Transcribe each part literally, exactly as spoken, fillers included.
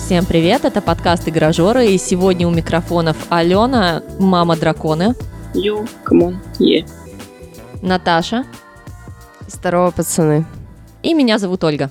Всем привет, это подкаст «Игражоры», и сегодня у микрофонов Алена, мама драконы. Йоу, камон, е. Наташа. Здорово, пацаны. И меня зовут Ольга.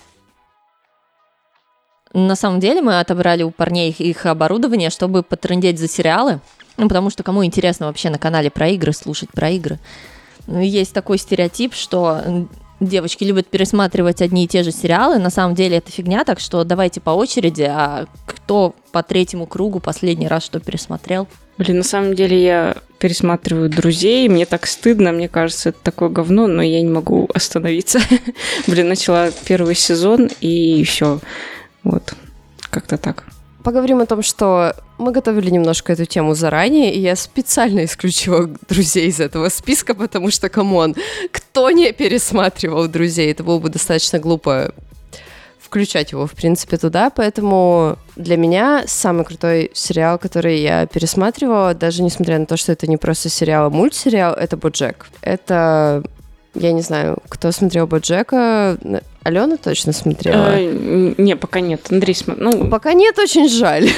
На самом деле мы отобрали у парней их оборудование, чтобы потрындеть за сериалы. Ну, потому что кому интересно вообще на канале про игры, слушать про игры. Есть такой стереотип, что девочки любят пересматривать одни и те же сериалы. На самом деле это фигня, так что давайте по очереди. А кто по третьему кругу последний раз что пересмотрел? Блин, на самом деле я пересматриваю «Друзей», мне так стыдно, мне кажется, это такое говно, но я не могу остановиться. Блин, начала первый сезон и все. Вот, как-то так. Поговорим о том, что мы готовили немножко эту тему заранее, и я специально исключила «Друзей» из этого списка, потому что, камон, кто не пересматривал «Друзей», это было бы достаточно глупо включать его, в принципе, туда, поэтому для меня самый крутой сериал, который я пересматривала, даже несмотря на то, что это не просто сериал, а мультсериал, это «Боджек». Это, я не знаю, кто смотрел «Боджека», Алена точно смотрела? Э, не, пока нет. Андрей смотрел. Ну... Пока нет, очень жаль.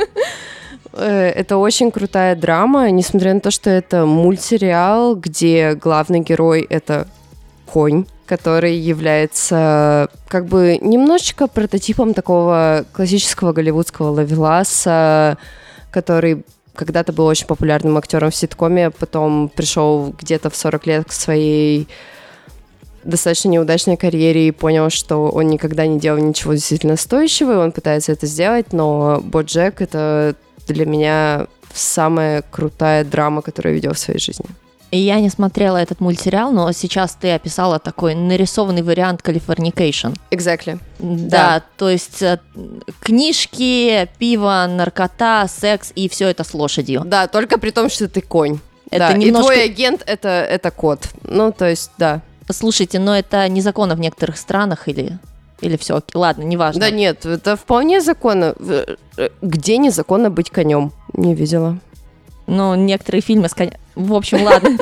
Это очень крутая драма, несмотря на то, что это мультсериал, где главный герой — это конь, который является как бы немножечко прототипом такого классического голливудского ловеласа, который когда-то был очень популярным актером в ситкоме, потом пришел где-то в сорок лет к своей достаточно неудачной карьере и понял, что он никогда не делал ничего действительно стоящего, и он пытается это сделать, но «Боджек» — это для меня самая крутая драма, которую я видела в своей жизни. И я не смотрела этот мультсериал, но сейчас ты описала такой нарисованный вариант «Калифорникейшн». Exactly. Да, да, то есть книжки, пиво, наркота, секс и все это с лошадью. Да, только при том, что ты конь. Это да, немножко... И твой агент — это, это кот. Ну, то есть, да. Слушайте, но это незаконно в некоторых странах или, или все окей? Ладно, неважно. Да нет, это вполне законно. Где незаконно быть конем? Не видела. Ну, некоторые фильмы с конем... В общем, ладно,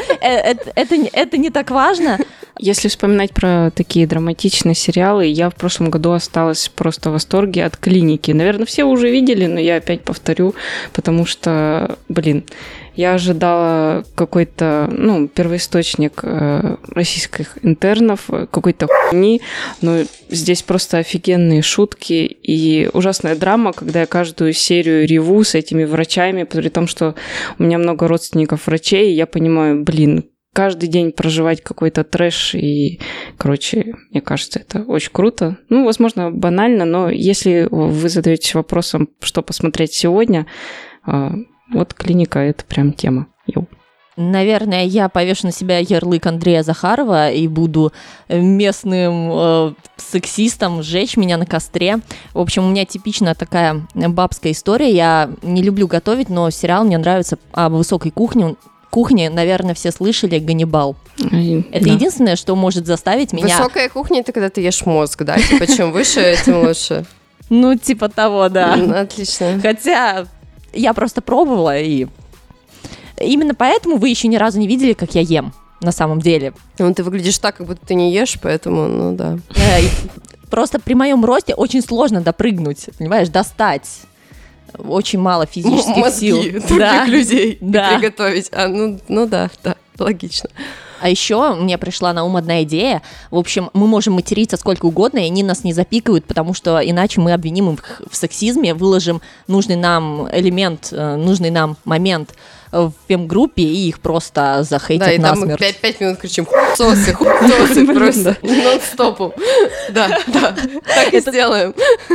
это не так важно. Если вспоминать про такие драматичные сериалы, я в прошлом году осталась просто в восторге от «Клиники». Наверное, все уже видели, но я опять повторю, потому что, блин, я ожидала какой-то, ну, первоисточник э, российских интернов, какой-то хуйни, но здесь просто офигенные шутки и ужасная драма, когда я каждую серию реву с этими врачами, при том, что у меня много родственников врачей, и я понимаю, блин, каждый день проживать какой-то трэш, и, короче, мне кажется, это очень круто. Ну, возможно, банально, но если вы задаетесь вопросом, что посмотреть сегодня, э, вот «Клиника» — это прям тема. Йоу. Наверное, я повешу на себя ярлык Андрея Захарова и буду местным э, сексистом, сжечь меня на костре. В общем, у меня типичная такая бабская история. Я не люблю готовить, но сериал мне нравится о высокой кухне. Кухне, наверное, все слышали «Ганнибал». И, это да. Единственное, что может заставить меня... Высокая кухня — это когда ты ешь мозг, да? Типа, чем выше, тем лучше. Ну, типа того, да. Отлично. Хотя я просто пробовала, и именно поэтому вы еще ни разу не видели, как я ем, на самом деле. Ну, ты выглядишь так, как будто ты не ешь, поэтому, ну да. Просто при моем росте очень сложно допрыгнуть, понимаешь, достать. Очень мало физических Мозги сил. других да. людей да. приготовить. А, ну, ну да, да, логично. А еще мне пришла на ум одна идея. В общем, мы можем материться сколько угодно, и они нас не запикают, потому что иначе мы обвиним их в сексизме, выложим нужный нам элемент, нужный нам момент в фем-группе, и их просто захейтят да, и насмерть. Да, и там мы пять-пять минут кричим «хуй-сосы, хуй-сосы» просто нон-стопом. Да, да, так и сделаем.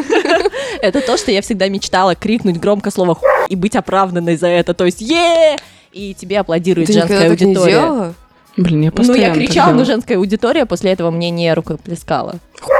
Это то, что я всегда мечтала, крикнуть громко слово «хуй» и быть оправданной за это. То есть «е!» И тебе аплодирует женская аудитория. Ты никогда так не делала? Блин, я постоянно Ну, я кричала, но женская аудитория после этого мне не рукоплескала.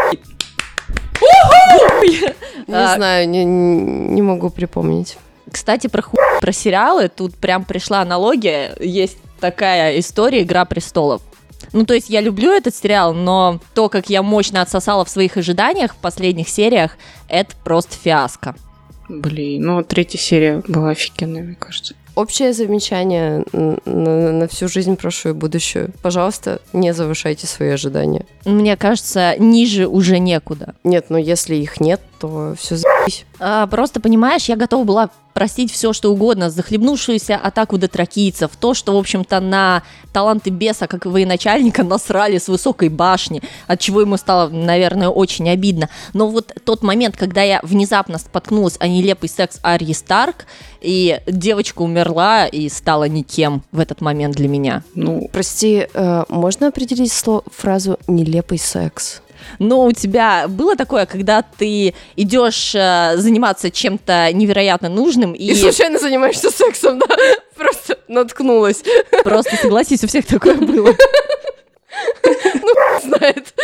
Не знаю, не могу припомнить. Кстати, про ху... про сериалы, тут прям пришла аналогия. Есть такая история «Игра престолов». Ну, то есть я люблю этот сериал, но то, как я мощно отсосала в своих ожиданиях в последних сериях, это просто фиаско. Блин, ну третья серия была офигенная, мне кажется. общее замечание на, на всю жизнь, прошлую и будущую. Пожалуйста, не завышайте свои ожидания. Мне кажется, ниже уже некуда. Нет, но если их нет, то все за***ись. А, просто, понимаешь, я готова была простить все, что угодно, захлебнувшуюся атаку дотракийцев, то, что, в общем-то, на таланты беса, как и военачальника, насрали с высокой башни, от чего ему стало, наверное, очень обидно. Но вот тот момент, когда я внезапно споткнулась о нелепый секс Арьи Старк, и девочка умерла и стала никем в этот момент для меня. Ну, прости, э, можно определить слово, фразу «нелепый секс»? Но у тебя было такое, когда ты идешь э, заниматься чем-то невероятно нужным и... И случайно занимаешься сексом, да? Просто наткнулась. Просто согласись, у всех такое было. Ну, знает.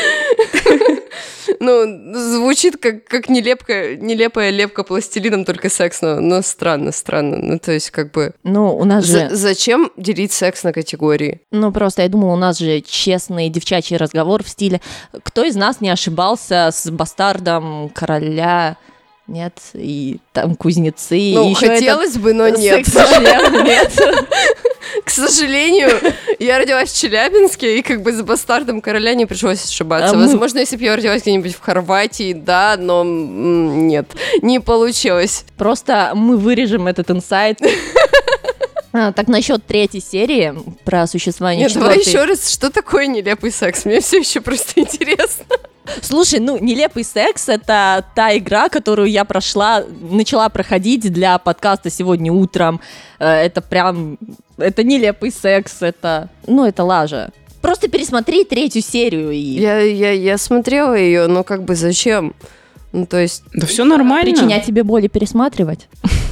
Ну, звучит как, как нелепка, нелепая лепка пластилином, только секс, но, но странно, странно. Ну, то есть, как бы... Ну, у нас же... За- зачем делить секс на категории? Ну, просто я думала, у нас же честный девчачий разговор в стиле «Кто из нас не ошибался с бастардом короля?» Нет, и там кузнецы. Ну, и хотелось этот... бы, но нет. Секс-член, нет. К сожалению, я родилась в Челябинске, и как бы с бастардом короля не пришлось ошибаться. А мы... Возможно, если бы я родилась где-нибудь в Хорватии, да, но м- нет, не получилось. Просто мы вырежем этот инсайт. А, так, насчет третьей серии про существование Нет, четвертой... давай еще раз, что такое нелепый секс? Мне все еще просто интересно. Слушай, ну, нелепый секс — это та игра, которую я прошла, начала проходить для подкаста сегодня утром. Это прям, это нелепый секс, это, ну, это лажа. Просто пересмотри третью серию и... Я, я, я смотрела ее, но как бы зачем? Ну, то есть... Да все нормально. Причинять тебе боли пересматривать?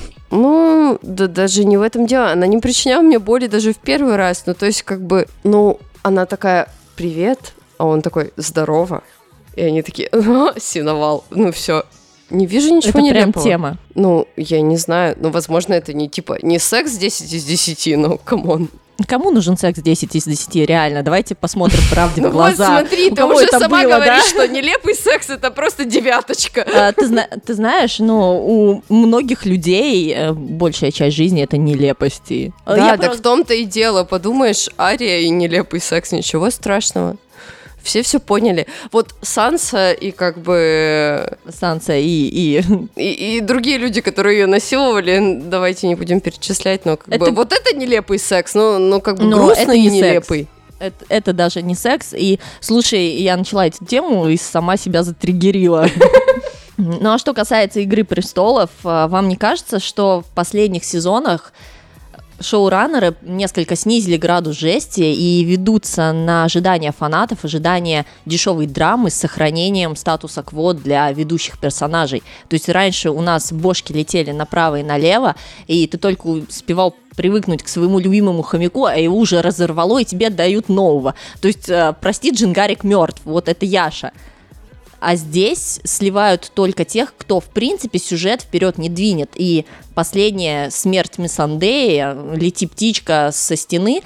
Ну, да даже не в этом дело. Она не причиняла мне боли даже в первый раз. Ну, то есть, как бы, ну, она такая, привет, а он такой, здорово. И они такие, а, синовал. Ну, все. Не вижу ничего нелепого. Это прям тема. Ну, я не знаю. Ну, возможно, это не типа, не секс десять из десяти, ну, камон. Кому нужен секс десять из десяти, реально? Давайте посмотрим правде в Ну вот глаза. смотри, У ты кого уже это сама было, говоришь, да? что нелепый секс — это просто девяточка. А, ты, зна- ты знаешь, ну, у многих людей э, большая часть жизни — это нелепости. Да, Я так просто- в том-то и дело. Подумаешь, Ария и нелепый секс, ничего страшного. Все все поняли. Вот Санса и как бы... Санса и... и... И, и другие люди, которые ее насиловали, давайте не будем перечислять, но как Это- бы... Вот это нелепый секс, ну, ну как бы Но грустный это и не секс. нелепый. Это, это даже не секс. И, слушай, я начала эту тему и сама себя затриггерила. Ну, а что касается «Игры престолов», а, вам не кажется, что в последних сезонах шоураннеры несколько снизили градус жести и ведутся на ожидания фанатов, ожидания дешевой драмы с сохранением статуса кво для ведущих персонажей? То есть раньше у нас бошки летели направо и налево, и ты только успевал привыкнуть к своему любимому хомяку, а его уже разорвало, и тебе отдают нового. То есть, э, прости, Джингарик мертв, вот это Яша. А здесь сливают только тех, кто, в принципе, сюжет вперед не двинет. И последняя смерть Миссандеи, «Лети, птичка» со стены,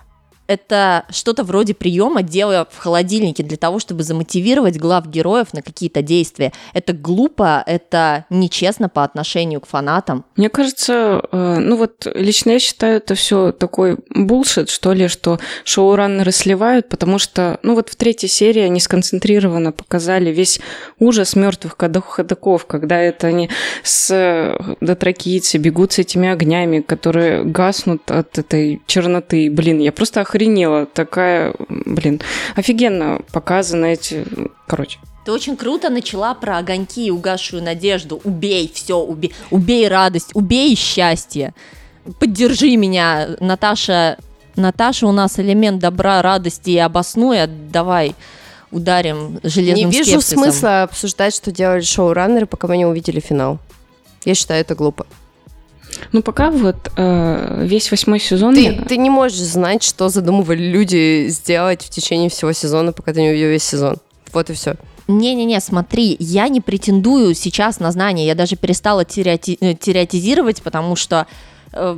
это что-то вроде приема дела в холодильнике для того, чтобы замотивировать глав героев на какие-то действия. Это глупо, это нечестно по отношению к фанатам. Мне кажется, э, ну вот лично я считаю, это все такой булшит, что ли, что шоураннеры сливают, потому что, ну вот в третьей серии они сконцентрированно показали весь ужас мертвых ходоков, когда это они с дотракийцы бегут с этими огнями, которые гаснут от этой черноты. Блин, я просто охренела. Такая, блин, офигенно показаны эти... Короче. Ты очень круто начала про огоньки и угасшую надежду. Убей все, убей, убей радость, убей счастье. Поддержи меня, Наташа. Наташа у нас элемент добра, радости и обоснуя. Давай ударим железным Не вижу скепсисом. смысла обсуждать, что делали шоураннеры, пока мы не увидели финал. Я считаю, это глупо. Ну, пока вот э, весь восьмой сезон... Ты, ты не можешь знать, что задумывали люди сделать в течение всего сезона, пока ты не увидел весь сезон. Вот и все. Не-не-не, смотри, я не претендую сейчас на знания, я даже перестала теорети- теоретизировать, потому что э,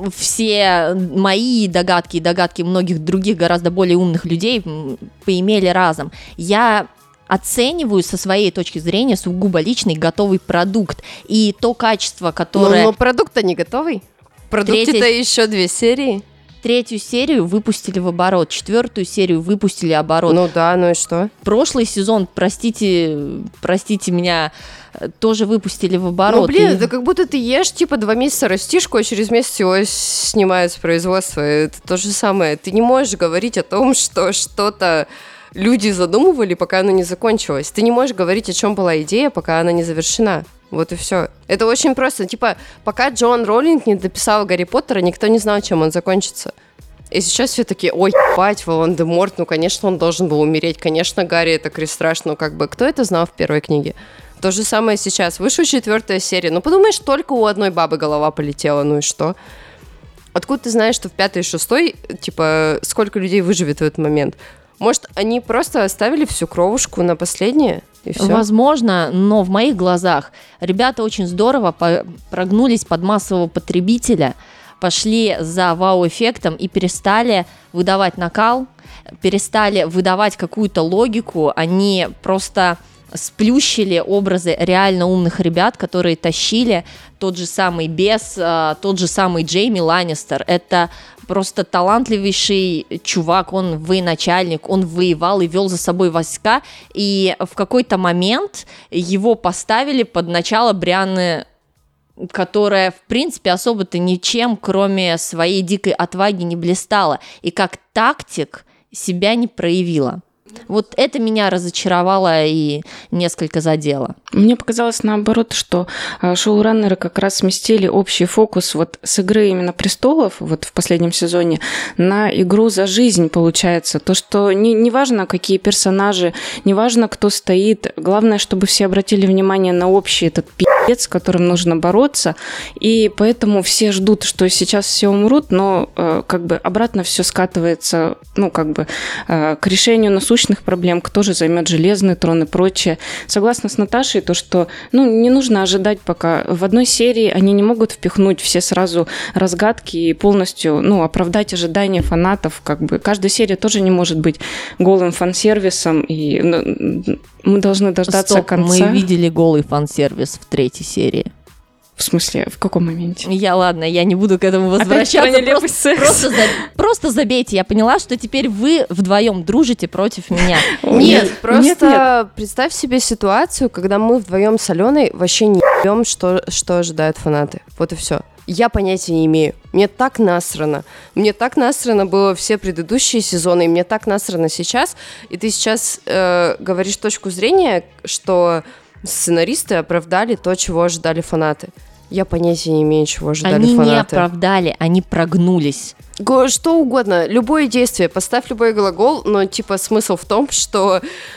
все мои догадки и догадки многих других гораздо более умных людей м, поимели разом. Я оцениваю со своей точки зрения сугубо личный готовый продукт и то качество, которое... Но, но продукт-то не готовый. продукте-то Третья... еще две серии. Третью серию выпустили в оборот, четвертую серию выпустили оборот. Ну да, ну и что? Прошлый сезон, простите, простите меня, тоже выпустили в оборот. Ну блин, и... это как будто ты ешь, типа, два месяца растишку, а через месяц его снимают с производства. Это то же самое. Ты не можешь говорить о том, что что-то люди задумывали, пока оно не закончилось. Ты не можешь говорить, о чем была идея, пока она не завершена. Вот и все. Это очень просто. Типа, пока Джоан Роулинг не дописала Гарри Поттера, никто не знал, чем он закончится. И сейчас все такие, ой, ебать, Волан-де-Морт, ну, конечно, он должен был умереть. Конечно, Гарри это крестраж. Ну, как бы, кто это знал в первой книге? То же самое сейчас. Вышла четвертая серия. Ну, подумаешь, только у одной бабы голова полетела. Ну и что? Откуда ты знаешь, что в пятой и шестой, типа, сколько людей выживет в этот момент? Может, они просто оставили всю кровушку на последнее? И все? Возможно, но в моих глазах ребята очень здорово по- прогнулись под массового потребителя, пошли за вау-эффектом и перестали выдавать накал, перестали выдавать какую-то логику, они просто сплющили образы реально умных ребят, которые тащили тот же самый Бес, тот же самый Джейми Ланнистер. Это просто талантливейший чувак, он военачальник, он воевал и вел за собой войска, и в какой-то момент его поставили под начало Брианны, которая, в принципе, особо-то ничем, кроме своей дикой отваги, не блистала, и как тактик себя не проявила. Вот это меня разочаровало и несколько задело. Мне показалось наоборот, что шоураннеры как раз сместили общий фокус вот с игры именно престолов вот в последнем сезоне на игру за жизнь, получается. То, что не, не важно, какие персонажи, не важно, кто стоит. Главное, чтобы все обратили внимание на общий этот пи***ц, с которым нужно бороться. И поэтому все ждут, что сейчас все умрут, но э, как бы обратно все скатывается, ну, как бы э, к решению насущных проблем, кто же займет железный трон и прочее. Согласна с Наташей, то, что ну, не нужно ожидать пока. В одной серии они не могут впихнуть все сразу разгадки и полностью ну, оправдать ожидания фанатов. Как бы. Каждая серия тоже не может быть голым фан-сервисом, и ну, мы должны дождаться Стоп, конца. Мы видели голый фан-сервис в третьей серии. В смысле, в каком моменте? Я, ладно, я не буду к этому возвращаться. Просто, просто, за, просто забейте. Я поняла, что теперь вы вдвоем дружите против меня. Нет, нет, просто нет, нет. Представь себе ситуацию, когда мы вдвоем с Аленой вообще не ебем, что, что ожидают фанаты. Вот и все. Я понятия не имею. Мне так насрано. Мне так насрано было все предыдущие сезоны, и мне так насрано сейчас. И ты сейчас э, говоришь точку зрения, что сценаристы оправдали то, чего ожидали фанаты. Я понятия не имею, чего ожидали они фанаты. Они не оправдали, они прогнулись. Что угодно, любое действие, поставь любой глагол, но типа смысл в том, что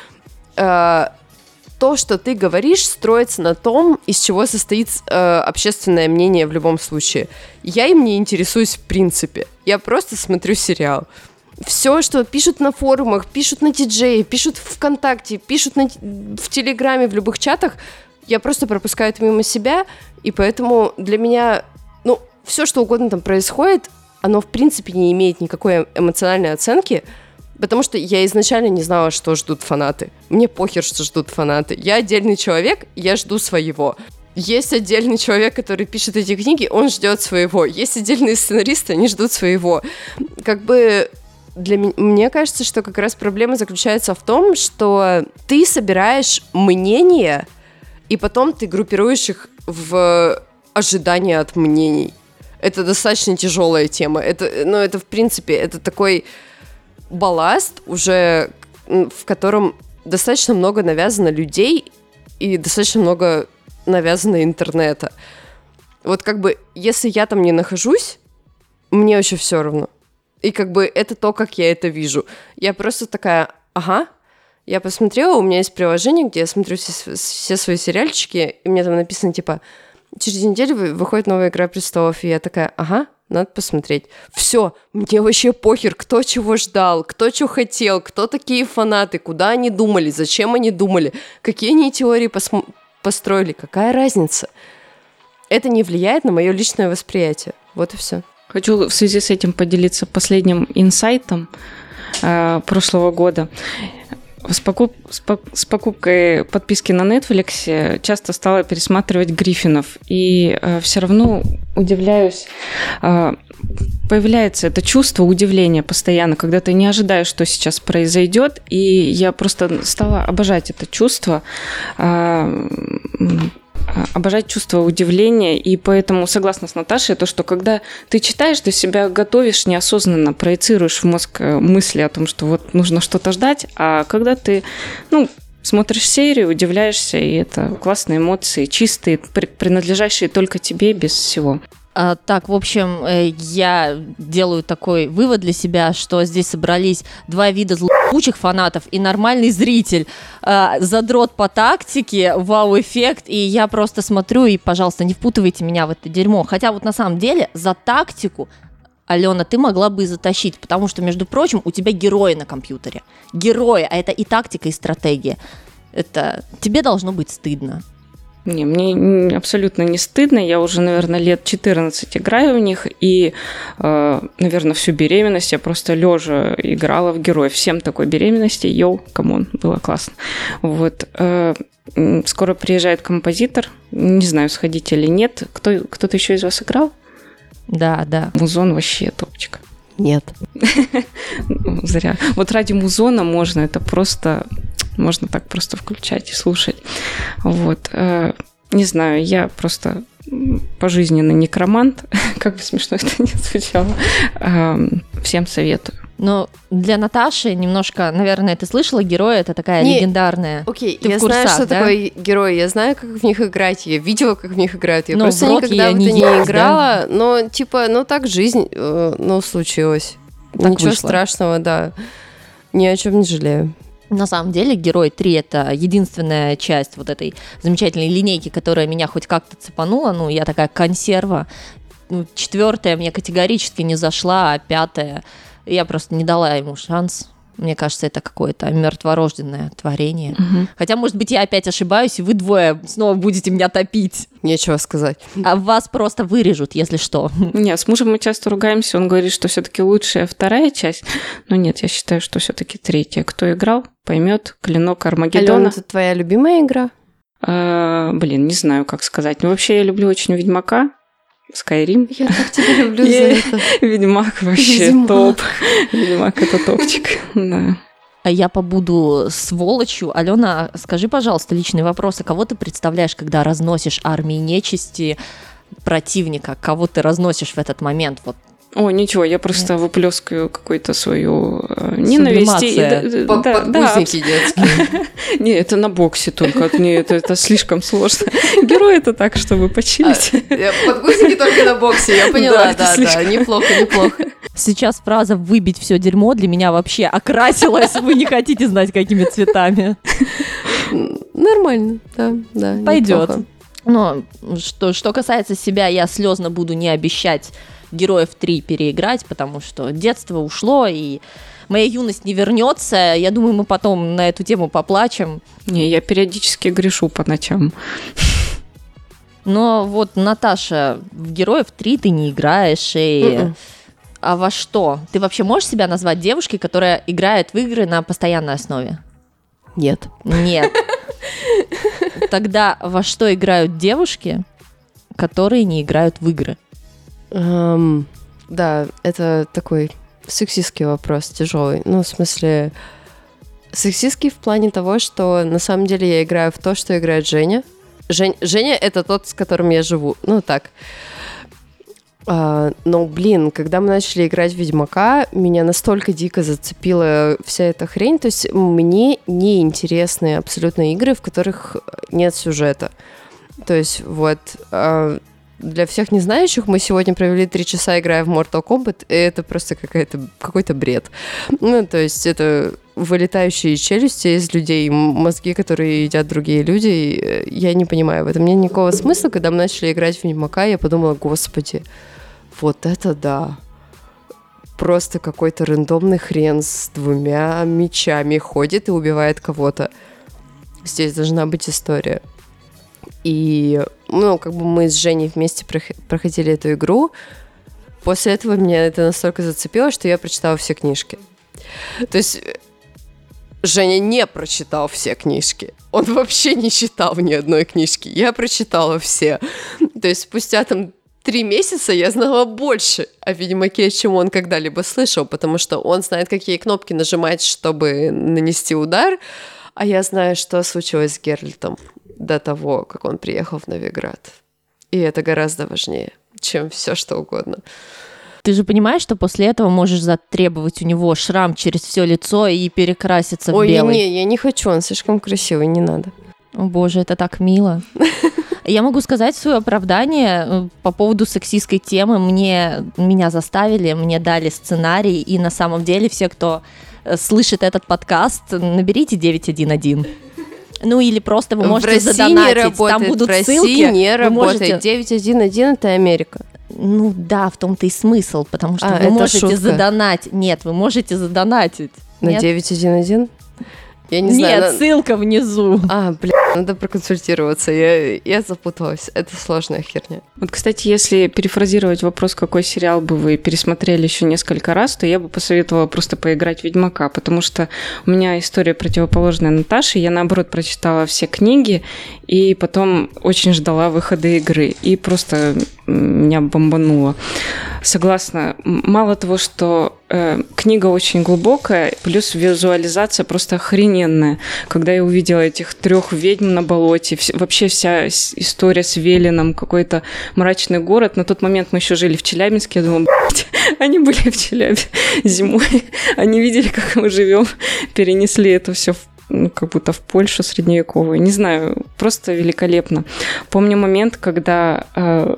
э, то, что ты говоришь, строится на том, из чего состоит э, общественное мнение в любом случае. Я им не интересуюсь в принципе. Я просто смотрю сериал. Все, что пишут на форумах, пишут на ти джей, пишут в ВКонтакте, пишут на, в Телеграме, в любых чатах, я просто пропускаю это мимо себя, и поэтому для меня, ну, все, что угодно там происходит, оно, в принципе, не имеет никакой эмоциональной оценки, потому что я изначально не знала, что ждут фанаты. Мне похер, что ждут фанаты. Я отдельный человек, я жду своего. Есть отдельный человек, который пишет эти книги, он ждет своего. Есть отдельные сценаристы, они ждут своего. Как бы... Для меня, мне кажется, что как раз проблема заключается в том, что ты собираешь мнения, и потом ты группируешь их в ожидания от мнений. Это достаточно тяжелая тема. Это, ну, это, в принципе, это такой балласт уже, в котором достаточно много навязано людей и достаточно много навязано интернета. Вот как бы, если я там не нахожусь, мне вообще все равно. И как бы это то, как я это вижу. Я просто такая, ага, я посмотрела, у меня есть приложение, где я смотрю все, все свои сериальчики, и мне там написано, типа, через неделю выходит новая «Игра престолов», и я такая, ага, надо посмотреть. Все, мне вообще похер, кто чего ждал, кто чего хотел, кто такие фанаты, куда они думали, зачем они думали, какие они теории пос- построили, какая разница. Это не влияет на мое личное восприятие. Вот и все. Хочу в связи с этим поделиться последним инсайтом э, прошлого года. С, покуп, с, по, с покупкой подписки на Netflix часто стала пересматривать Гриффинов. И э, все равно удивляюсь, появляется это чувство удивления постоянно, когда ты не ожидаешь, что сейчас произойдет, и я просто стала обожать это чувство, обожать чувство удивления, и поэтому согласна с Наташей, то, что когда ты читаешь, ты себя готовишь неосознанно, проецируешь в мозг мысли о том, что вот нужно что-то ждать, а когда ты, ну, смотришь серию, удивляешься, и это классные эмоции, чистые, принадлежащие только тебе, без всего. А, так, в общем, я делаю такой вывод для себя, что здесь собрались два вида злоучих фанатов и нормальный зритель. А, задрот по тактике, вау-эффект, и я просто смотрю, и, пожалуйста, не впутывайте меня в это дерьмо. Хотя вот на самом деле за тактику, Алена, ты могла бы и затащить, потому что, между прочим, у тебя герои на компьютере. Герои, а это и тактика, и стратегия. Это тебе должно быть стыдно. Не, мне абсолютно не стыдно. Я уже, наверное, лет четырнадцать играю в них, и, э, наверное, всю беременность я просто лежа играла в героев. Всем такой беременности, йоу, камон, было классно. Вот. Э, скоро приезжает композитор, не знаю, сходить или нет. Кто, кто-то еще из вас играл? Да, да. Музон вообще топчик. Нет. Зря. Вот ради музона можно, это просто... Можно так просто включать и слушать. Вот. Не знаю, я просто пожизненный некромант. Как бы смешно это ни звучало. Всем советую. Но для Наташи немножко, наверное, ты слышала, герои это такая не, легендарная. Окей, ты я в курсах, знаю, что да? такое герои, я знаю, как в них играть, я видела, как в них играют, я но просто никогда я в не это не есть, играла, да? но типа, ну так жизнь, ну случилось. Так Ничего вышло. страшного, да, ни о чем не жалею. На самом деле, Герой три — это единственная часть вот этой замечательной линейки, которая меня хоть как-то цепанула. Ну, я такая консерва. Ну, четвертая мне категорически не зашла, а пятая я просто не дала ему шанс. Мне кажется, это какое-то мертворожденное творение. Угу. Хотя, может быть, я опять ошибаюсь, и вы двое снова будете меня топить. Нечего сказать. А вас просто вырежут, если что. Нет, с мужем мы часто ругаемся, он говорит, что все-таки лучшая вторая часть. Но нет, я считаю, что все-таки третья. Кто играл, поймет. Клинок Армагеддона. Алена, это твоя любимая игра? А, блин, не знаю, как сказать. Но вообще я люблю очень Ведьмака. Скайрим. Я так тебя люблю за это. Ведьмак вообще Ведьмак. топ. Ведьмак это топчик. Да. А я побуду сволочью. Алена, скажи, пожалуйста, личный вопрос. А кого ты представляешь, когда разносишь армии нечисти противника? Кого ты разносишь в этот момент? Вот. О, ничего, я просто выплескиваю какую-то свою э, ненависть. Сублимация. Да, да, Подгузники детские. Не, это на боксе только. Не, это, это слишком сложно. Герой это так, чтобы почилить. Подгузники только на боксе, я поняла, да, да, неплохо, неплохо. Сейчас фраза «выбить все дерьмо» для меня вообще окрасилась. Вы не хотите знать, какими цветами. Нормально, да, да. Пойдет. Но что, что касается себя, я слезно буду не обещать Героев три переиграть, потому что детство ушло, и моя юность не вернется. Я думаю, мы потом на эту тему поплачем. Не, я периодически грешу по ночам. Но вот, Наташа, в Героев три ты не играешь, и... Mm-mm. А во что? Ты вообще можешь себя назвать девушкой, которая играет в игры на постоянной основе? Нет. Нет. Тогда во что играют девушки, которые не играют в игры? Um, да, это такой сексистский вопрос, тяжелый. Ну, в смысле, сексистский в плане того, что на самом деле я играю в то, что играет Женя. Жень, Женя — это тот, с которым я живу. Ну, так. Uh, но, блин, когда мы начали играть в Ведьмака, меня настолько дико зацепила вся эта хрень. То есть мне неинтересны абсолютно игры, в которых нет сюжета. То есть вот... Uh, Для всех незнающих, мы сегодня провели три часа, играя в Mortal Kombat, и это просто какая-то, какой-то бред. Ну, то есть это вылетающие челюсти из людей, мозги, которые едят другие люди. Я не понимаю, в этом нет никакого смысла. Когда мы начали играть в Ведьмака, я подумала, господи, вот это да. Просто какой-то рандомный хрен с двумя мечами ходит и убивает кого-то. Здесь должна быть история. И, ну, как бы мы с Женей вместе проходили эту игру. После этого меня это настолько зацепило, что я прочитала все книжки. То есть Женя не прочитал все книжки. Он вообще не читал ни одной книжки. Я прочитала все. То есть спустя там три месяца я знала больше о Ведьмаке, чем он когда-либо слышал, потому что он знает, какие кнопки нажимать, чтобы нанести удар, а я знаю, что случилось с Геральтом до того, как он приехал в Новиград. И это гораздо важнее, чем все что угодно. Ты же понимаешь, что после этого можешь затребовать у него шрам через все лицо и перекраситься в Ой, белый? Ой, не, я не хочу, он слишком красивый, не надо. О боже, это так мило. Я могу сказать свое оправдание по поводу сексистской темы. Мне, меня заставили, мне дали сценарий, и на самом деле все, кто слышит этот подкаст, наберите девять один один. Ну или просто вы можете в России задонатить. Не работает, там будут в России ссылки. не работает. Можете... девять один один это Америка. Ну да, в том-то и смысл, потому что а, вы можете шутка. задонатить. Нет, вы можете задонатить. На Нет? девять один один? Я не Нет, знаю. Нет, на... ссылка внизу. А, блин, надо проконсультироваться. Я, я запуталась. Это сложная херня. Вот, кстати, если перефразировать вопрос, какой сериал бы вы пересмотрели еще несколько раз, то я бы посоветовала просто поиграть в Ведьмака, потому что у меня история противоположная Наташи. Я, наоборот, прочитала все книги и потом очень ждала выхода игры. И просто меня бомбануло. Согласна. Мало того, что э, книга очень глубокая, плюс визуализация просто охрененная. Когда я увидела этих трех ведьм на болоте, вс- вообще вся история с Велином, какой-то мрачный город. На тот момент мы еще жили в Челябинске. Я думала, блядь, они были в Челябе зимой. Они видели, как мы живем, перенесли это все в ну, как будто в Польшу средневековую. Не знаю, просто великолепно. Помню момент, когда э,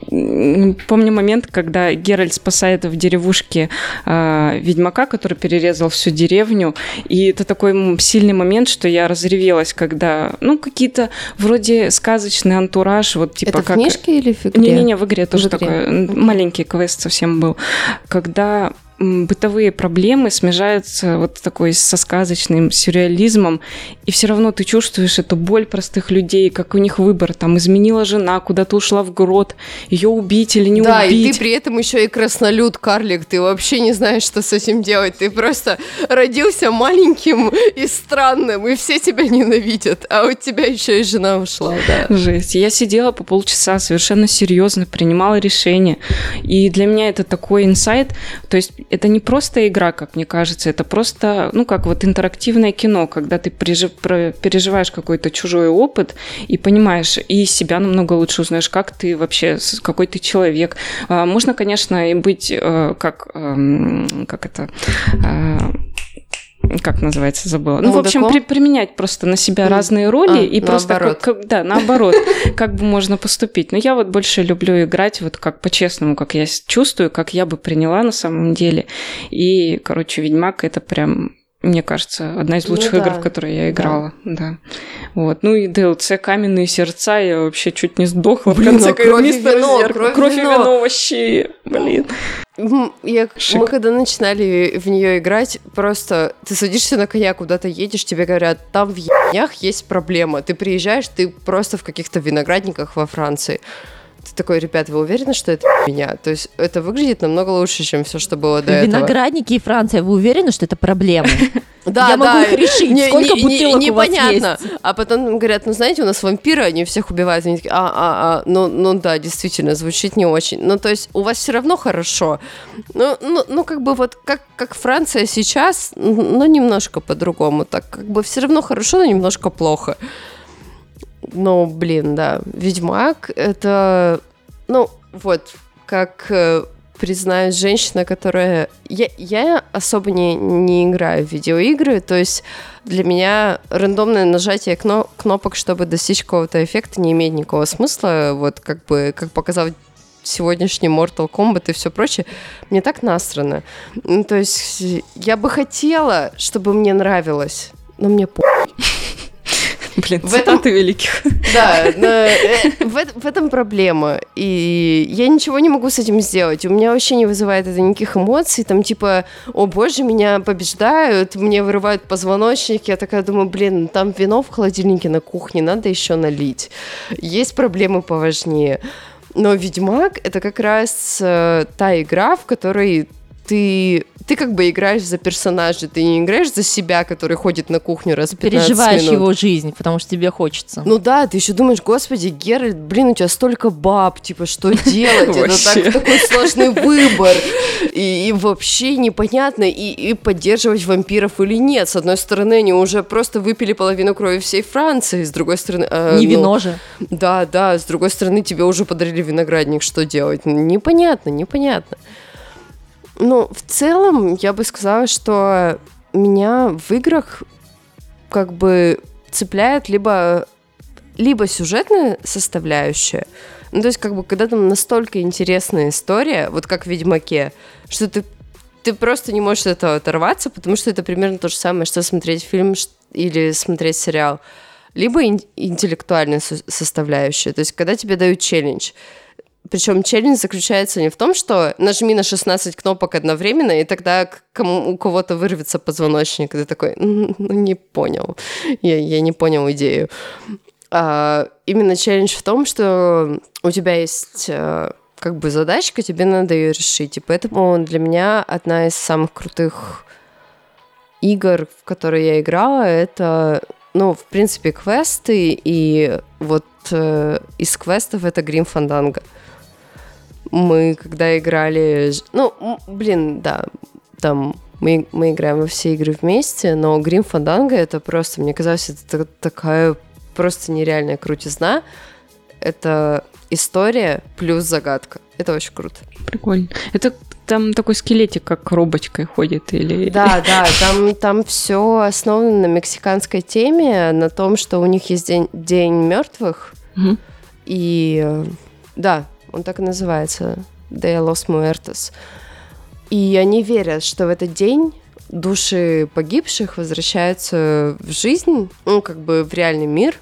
помню момент, когда Геральт спасает в деревушке э, ведьмака, который перерезал всю деревню. И это такой сильный момент, что я разревелась, когда, ну, какие-то вроде сказочный антураж. Вот, типа, это как... в книжке или в игре? Не-не-не, в игре тоже в игре. такой маленький квест совсем был. Когда бытовые проблемы смежаются вот такой со сказочным сюрреализмом, и все равно ты чувствуешь эту боль простых людей, как у них выбор, там, изменила жена, куда-то ушла в грот, ее убить или не да, убить. Да, и ты при этом еще и краснолюд, карлик, ты вообще не знаешь, что с этим делать, ты просто родился маленьким и странным, и все тебя ненавидят, а у тебя еще и жена ушла, да. Жесть. Я сидела по полчаса, совершенно серьезно принимала решения, и для меня это такой инсайт, то есть это не просто игра, как мне кажется, это просто, ну, как вот интерактивное кино, когда ты пережив, переживаешь какой-то чужой опыт и понимаешь, и себя намного лучше узнаешь, как ты вообще, какой ты человек. Можно, конечно, и быть как, как это... как называется, забыла. Ну, ну в общем, при, применять просто на себя разные роли а, и просто как, как, да, наоборот, как бы можно поступить. Но я вот больше люблю играть вот как по-честному, как я чувствую, как я бы приняла на самом деле. И, короче, Ведьмак — это прям, мне кажется, одна из лучших ну, да. игр, в которые я играла. Да. Да. Вот. Ну и ди эл си «Каменные сердца» я вообще чуть не сдохла. Блин, в конце кровь и вино, кровь, кровь и вино вообще, блин. Я, мы когда начинали в нее играть, просто ты садишься на коня, куда-то едешь, тебе говорят, там в ебнях есть проблема. Ты приезжаешь, ты просто в каких-то виноградниках во Франции. Ты такой, ребят, вы уверены, что это меня? То есть это выглядит намного лучше, чем все, что было до этого. Виноградники и Франция, вы уверены, что это проблема? Да, я да, могу их решить, не, сколько не, бутылок не, у вас непонятно. есть. А потом говорят, ну знаете, у нас вампиры, они всех убивают. Они такие, а, а, а, ну, ну да, действительно, звучит не очень. Ну то есть у вас все равно хорошо. Ну, ну, ну как бы вот как, как Франция сейчас, ну немножко по-другому. Так как бы все равно хорошо, но немножко плохо. Ну, блин, да. Ведьмак — это, ну вот, как... признаюсь, женщина, которая... Я, я особо не, не играю в видеоигры, то есть для меня рандомное нажатие кно- кнопок, чтобы достичь какого-то эффекта, не имеет никакого смысла. Вот как бы, как показал сегодняшний Mortal Kombat и все прочее, мне так насрано. Ну, то есть я бы хотела, чтобы мне нравилось, но мне похуй. Блин, в этом ты великих. Да, но, э, в, в этом проблема. И я ничего не могу с этим сделать. У меня вообще не вызывает это никаких эмоций. Там типа, о боже, меня побеждают, мне вырывают позвоночник. Я такая думаю, блин, там вино в холодильнике на кухне, надо еще налить. Есть проблемы поважнее. Но Ведьмак — это как раз э, та игра, в которой ты ты как бы играешь за персонажа, ты не играешь за себя, который ходит на кухню раз в пятнадцать Переживаешь минут. его жизнь, потому что тебе хочется. Ну да, ты еще думаешь, господи, Геральт, блин, у тебя столько баб, типа, что делать? Это так, такой сложный выбор. И, и вообще непонятно, и, и поддерживать вампиров или нет. С одной стороны, они уже просто выпили половину крови всей Франции, с другой стороны... Э, Не ну, вино же. Да, да, с другой стороны, тебе уже подарили виноградник, что делать? Непонятно, непонятно. Ну, в целом, я бы сказала, что меня в играх как бы цепляет либо, либо сюжетная составляющая, ну, то есть, как бы, когда там настолько интересная история, вот как в «Ведьмаке», что ты, ты просто не можешь от этого оторваться, потому что это примерно то же самое, что смотреть фильм или смотреть сериал. Либо ин- интеллектуальная со- составляющая, то есть, когда тебе дают челлендж. Причем челлендж заключается не в том, что нажми на шестнадцать кнопок одновременно, и тогда кому, у кого-то вырвется позвоночник, и ты такой, ну, не понял, я, я не понял идею. А, именно челлендж в том, что у тебя есть а, как бы задачка, тебе надо ее решить, и поэтому для меня одна из самых крутых игр, в которые я играла, это, ну, в принципе, квесты, и вот э, из квестов это Grim Fandango. Мы, когда играли... Ну, блин, да, там мы, мы играем во все игры вместе, но Grim Fandango это просто, мне казалось, это такая просто нереальная крутизна. Это история плюс загадка. Это очень круто. Прикольно. Это там такой скелетик, как робочкой ходит, или... Да, да, там, там все основано на мексиканской теме, на том, что у них есть день, день мертвых, Угу. и да, он так и называется, Dia Los Muertos. И они верят, что в этот день души погибших возвращаются в жизнь, ну, как бы в реальный мир,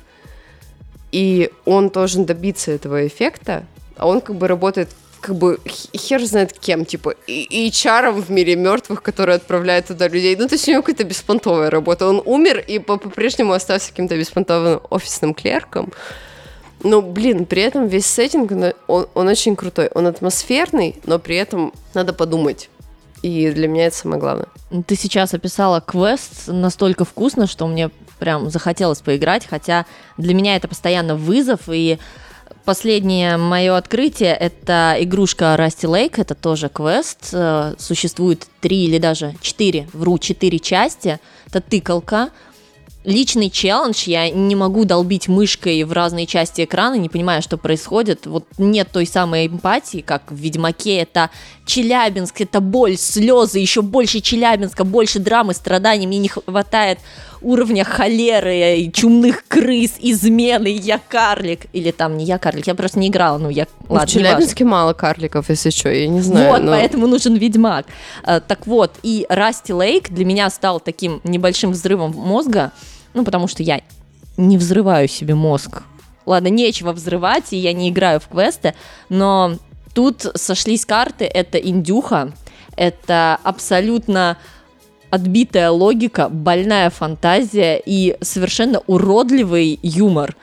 и он должен добиться этого эффекта, а он как бы работает, как бы хер знает кем, типа эйч ар в мире мертвых, который отправляет туда людей. Ну, то есть у него какая-то беспонтовая работа. Он умер и по-прежнему остался каким-то беспонтовым офисным клерком. Но, блин, при этом весь сеттинг, он, он очень крутой. Он атмосферный, но при этом надо подумать. И для меня это самое главное. Ты сейчас описала квест настолько вкусно, что мне прям захотелось поиграть, хотя для меня это постоянно вызов, и последнее мое открытие — это игрушка Rusty Lake, это тоже квест, существует три или даже четыре, вру, четыре части, это тыкалка. Личный челлендж, я не могу долбить мышкой в разные части экрана, не понимая, что происходит. Вот нет той самой эмпатии, как в «Ведьмаке». Это Челябинск, это боль, слезы, еще больше Челябинска, больше драмы, страданий. Мне не хватает уровня холеры, чумных крыс, измены, я карлик. Или там не я карлик, я просто не играла, ну я... Ну, ладно, в Челябинске мало карликов, если что, я не знаю. Вот, но... поэтому нужен Ведьмак. А, так вот, и Rusty Lake для меня стал таким небольшим взрывом мозга, ну, потому что я не взрываю себе мозг. Ладно, нечего взрывать, и я не играю в квесты, но тут сошлись карты, это индюха, это абсолютно отбитая логика, больная фантазия и совершенно уродливый юмор.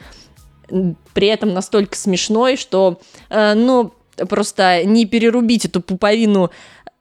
При этом настолько смешной, что, э, ну, просто не перерубить эту пуповину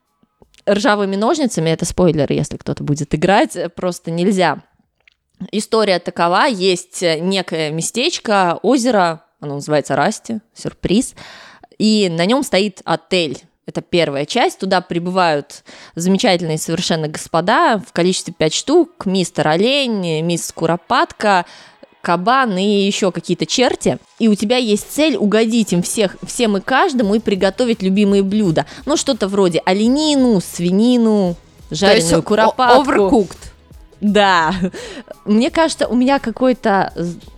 ржавыми ножницами, это спойлер, если кто-то будет играть, просто нельзя. История такова, есть некое местечко, озеро, оно называется Расти, сюрприз, и на нем стоит отель. Это первая часть, туда прибывают замечательные совершенно господа в количестве пять штук, мистер Олень, мисс Куропатка, кабан и еще какие-то черти. И у тебя есть цель угодить им всех, всем и каждому и приготовить любимые блюда. Ну, что-то вроде оленину, свинину, жареную куропатку. Overcooked. Да, мне кажется, у меня какой-то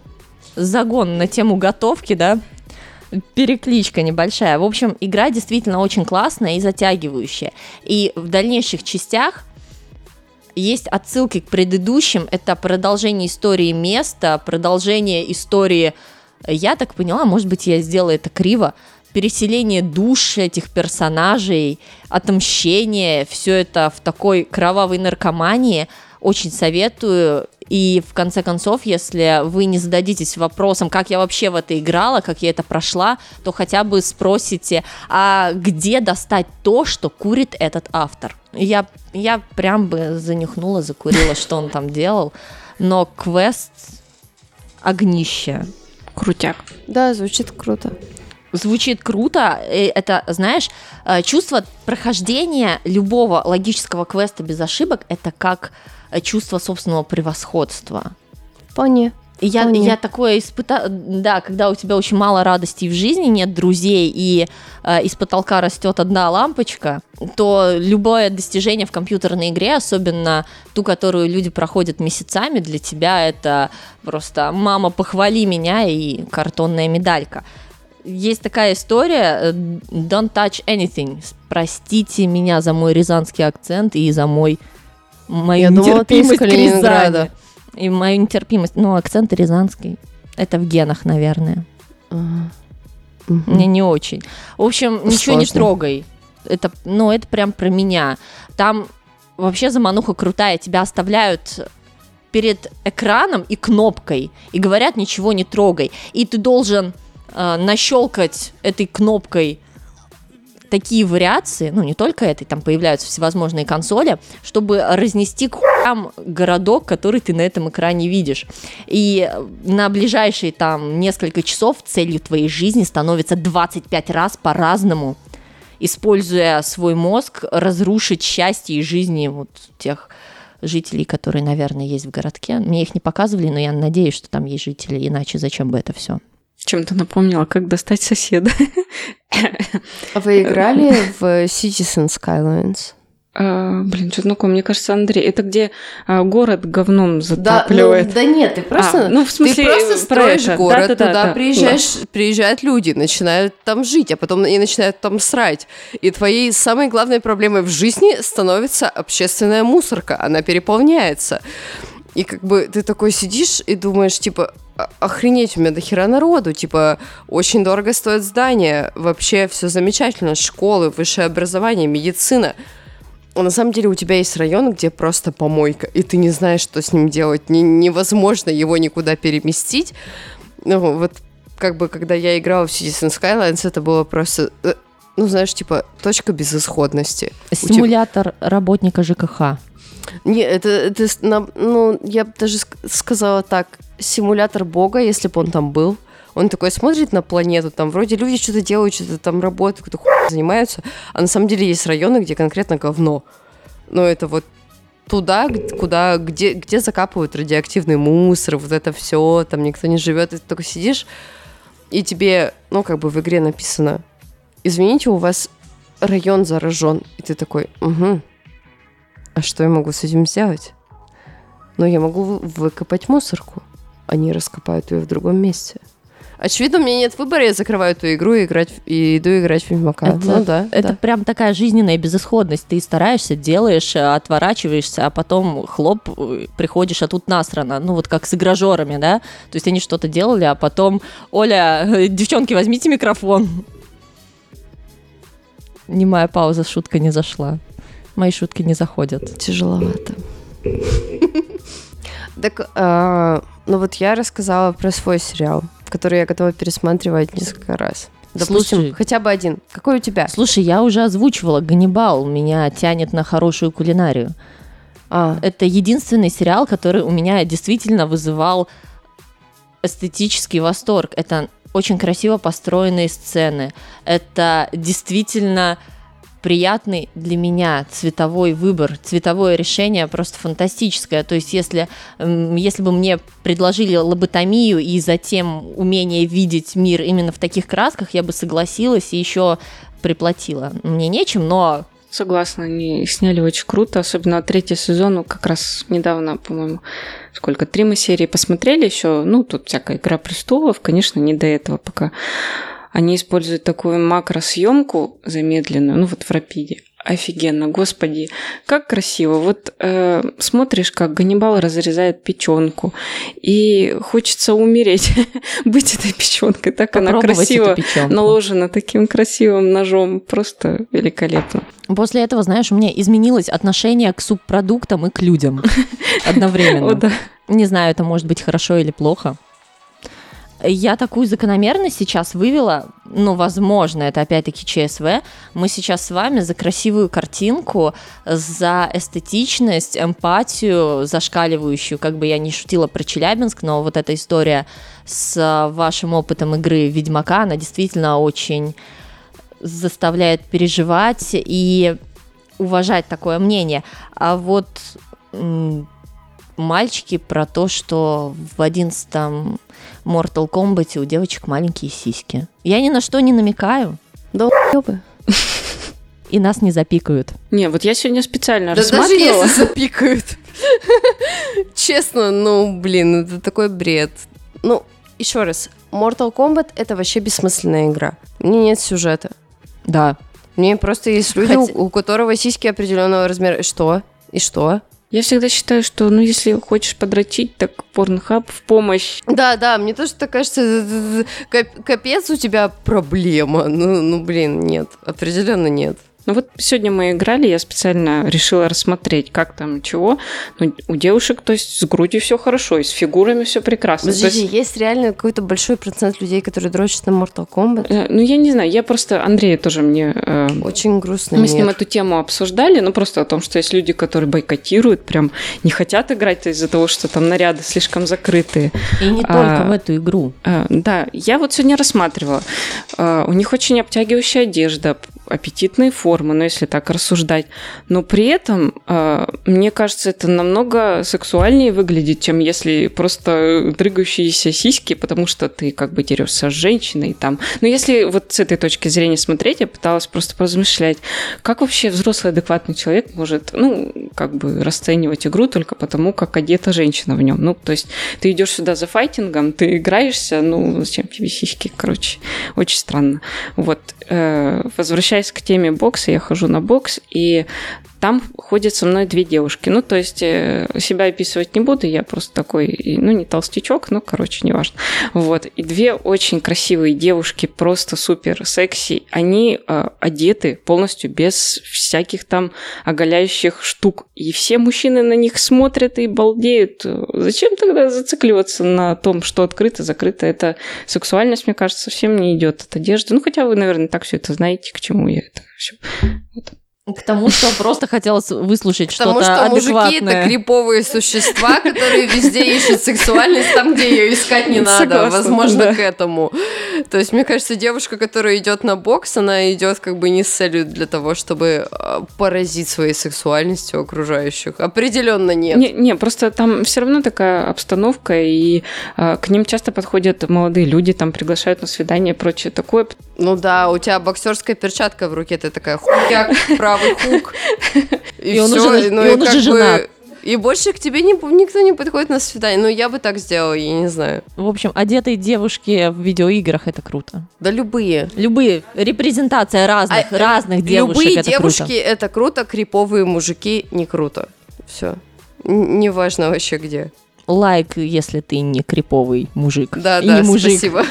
загон на тему готовки, да, перекличка небольшая. В общем, игра действительно очень классная и затягивающая. И в дальнейших частях есть отсылки к предыдущим. Это продолжение истории места, продолжение истории, я так поняла, может быть, я сделала это криво, переселение душ этих персонажей, отмщение, все это в такой кровавой наркомании. Очень советую. И в конце концов, если вы не зададитесь вопросом, как я вообще в это играла, как я это прошла, то хотя бы спросите, а где достать то, что курит этот автор? Я, я прям бы занюхнула, закурила, что он там делал. Но квест огнище. Крутяк. Да, звучит круто. Звучит круто. Это, знаешь, чувство прохождения любого логического квеста без ошибок, это как чувство собственного превосходства. Вполне. Я, я такое испытала, да, когда у тебя очень мало радости в жизни, нет друзей, и э, из потолка растет одна лампочка, то любое достижение в компьютерной игре, особенно ту, которую люди проходят месяцами, для тебя это просто «мама, похвали меня» и картонная медалька. Есть такая история «Don't touch anything». Простите меня за мой рязанский акцент и за мой мою я нетерпимость думала, к Рязани. И мою нетерпимость, ну, акцент рязанский. Это в генах, наверное. Uh-huh. Uh-huh. Мне не очень. В общем, Сложно. Ничего не трогай. Это, ну, это прям про меня. Там вообще замануха крутая. Тебя оставляют перед экраном и кнопкой. И говорят, ничего не трогай. И ты должен э, нащелкать этой кнопкой такие вариации, ну, не только этой, там появляются всевозможные консоли, чтобы разнести к хуям городок, который ты на этом экране видишь. И на ближайшие там несколько часов целью твоей жизни становится двадцать пять раз по-разному, используя свой мозг, разрушить счастье и жизни вот тех жителей, которые, наверное, есть в городке. Мне их не показывали, но я надеюсь, что там есть жители, иначе зачем бы это все? Чем-то напомнила, как достать соседа. Вы играли в Citizen Skylines? А, блин, что-то такое, мне кажется, Андрей, это где а, город говном затапливает. Да, ну, да нет, ты просто, а, ну, в смысле, ты просто строишь это. город, да, да, туда да, приезжаешь, да. приезжают люди, начинают там жить, а потом и начинают там срать. И твоей самой главной проблемой в жизни становится общественная мусорка, она переполняется. И как бы ты такой сидишь и думаешь, типа, охренеть, у меня дохера народу, типа, очень дорого стоит здание, вообще все замечательно, школы, высшее образование, медицина. А на самом деле у тебя есть район, где просто помойка, и ты не знаешь, что с ним делать, не, невозможно его никуда переместить. Ну, вот как бы, когда я играла в Citizen Skylines, это было просто, ну, знаешь, типа, точка безысходности. Симулятор тебя... работника ЖКХ. Не, это, это, ну, я бы даже сказала так, симулятор бога, если бы он там был. Он такой смотрит на планету, там вроде люди что-то делают, что-то там работают, какой-то хуй занимаются, а на самом деле есть районы, где конкретно говно. Но это вот туда, куда, где, где закапывают радиоактивный мусор, вот это все, там никто не живет, и ты только сидишь, и тебе, ну, как бы в игре написано, извините, у вас район заражен, и ты такой, угу. А что я могу с этим сделать? Ну, я могу выкопать мусорку. Они раскопают ее в другом месте. Очевидно, у меня нет выбора, я закрываю эту игру и, играть, и иду играть в Ведьмака. Это, ну, да, это да. прям такая жизненная безысходность. Ты стараешься, делаешь, отворачиваешься, а потом хлоп, приходишь, а тут насрано. Ну, вот как с игражерами, да? То есть они что-то делали, а потом, Оля, девчонки, возьмите микрофон. Немая пауза, шутка не зашла. Мои шутки не заходят. Тяжеловато. Так, а, ну вот я рассказала про свой сериал, который я готова пересматривать несколько раз. Допустим, Слушай, хотя бы один. Какой у тебя? Слушай, я уже озвучивала «Ганнибал». Меня тянет на хорошую кулинарию. А. Это единственный сериал, который у меня действительно вызывал эстетический восторг. Это очень красиво построенные сцены. Это действительно... приятный для меня цветовой выбор, цветовое решение просто фантастическое. То есть если, если бы мне предложили лоботомию и затем умение видеть мир именно в таких красках, я бы согласилась и еще приплатила. Мне нечем, но... Согласна, они сняли очень круто, особенно третий сезон, ну, как раз недавно, по-моему, сколько, три мы серии посмотрели еще, ну, тут всякая «Игра престолов», конечно, не до этого пока. Они используют такую макросъемку замедленную, ну вот в Рапиде. Офигенно, господи, как красиво. Вот э, смотришь, как Ганнибал разрезает печенку, и хочется умереть, быть этой печенкой. Так она красиво наложена таким красивым ножом. Просто великолепно. После этого, знаешь, у меня изменилось отношение к субпродуктам и к людям одновременно. Не знаю, это может быть хорошо или плохо. Я такую закономерность сейчас вывела, ну, возможно, это опять-таки ЧСВ. Мы сейчас с вами за красивую картинку, за эстетичность, эмпатию зашкаливающую, как бы я ни шутила про Челябинск, но вот эта история с вашим опытом игры Ведьмака, она действительно очень заставляет переживать и уважать такое мнение. А вот м- мальчики про то, что в одиннадцатом Mortal Kombat у девочек маленькие сиськи. Я ни на что не намекаю. Да ебы. И нас не запикают. Не, вот я сегодня специально Да рассматривала. даже если запикают. Честно, ну, блин, это такой бред. Ну, еще раз, Mortal Kombat — это вообще бессмысленная игра. У меня нет сюжета. Да. Мне просто есть люди, Хотя... у которого сиськи определенного размера. И что? И что? Я всегда считаю, что, ну, если хочешь подрочить, так Pornhub в помощь. Да, да, мне тоже так кажется, капец, у тебя проблема. Ну, ну, блин, нет, определенно нет. Ну вот сегодня мы играли, я специально решила рассмотреть, как там, чего. Ну, у девушек, то есть с грудью все хорошо, и с фигурами все прекрасно. Подождите, есть... есть реально какой-то большой процент людей, которые дрочат на Mortal Kombat? Э, ну, я не знаю, я просто... Андрей тоже мне... Э, Очень грустно. Мы мир. с ним эту тему обсуждали, ну, просто о том, что есть люди, которые бойкотируют, прям не хотят играть из-за того, что там наряды слишком закрытые. И не а, только в эту игру. А, да, я вот сегодня рассматривала. А, у них очень обтягивающая одежда, аппетитные формы, ну, если так рассуждать. Но при этом, э, мне кажется, это намного сексуальнее выглядит, чем если просто дрыгающиеся сиськи, потому что ты как бы дерешься с женщиной там. Но если вот с этой точки зрения смотреть, я пыталась просто поразмышлять, как вообще взрослый адекватный человек может, ну, как бы расценивать игру только потому, как одета женщина в нем. Ну, то есть ты идешь сюда за файтингом, ты играешься, ну, зачем тебе сиськи, короче. Очень странно. Вот, э, возвращаясь к теме бокса, я хожу на бокс, и там ходят со мной две девушки. Ну, то есть себя описывать не буду, я просто такой, ну, не толстячок, но, короче, неважно. Вот. И две очень красивые девушки, просто супер секси. Они э, одеты полностью без всяких там оголяющих штук. И все мужчины на них смотрят и балдеют. Зачем тогда зацикливаться на том, что открыто, закрыто? Это сексуальность, мне кажется, совсем не идет от одежды. Ну, хотя вы, наверное, так все это знаете, к чему я это все. Вот. К тому, что просто хотелось выслушать что-то адекватное. Потому что адекватное. мужики — это криповые существа, которые везде ищут сексуальность там, где ее искать не надо. Согласна, Возможно, да. к этому. То есть, мне кажется, девушка, которая идет на бокс, она идет как бы не с целью для того, чтобы поразить своей сексуальностью окружающих. Определенно нет. Не, не, просто там все равно такая обстановка, и э, к ним часто подходят молодые люди, там приглашают на свидание и прочее такое. Ну да, у тебя боксерская перчатка в руке, ты такая хуяк, правый хук. И, И он всё, уже- ну и он уже как бы- женат. И больше к тебе не, никто не подходит на свидание. Ну, я бы так сделала, я не знаю. В общем, одетые девушки в видеоиграх — это круто. Да любые. Любые. Репрезентация разных, А, разных девушек — Любые это девушки круто. это круто, криповые мужики не круто. Все. Неважно вообще где. Лайк, если ты не криповый мужик. Да, И да, не мужик. спасибо.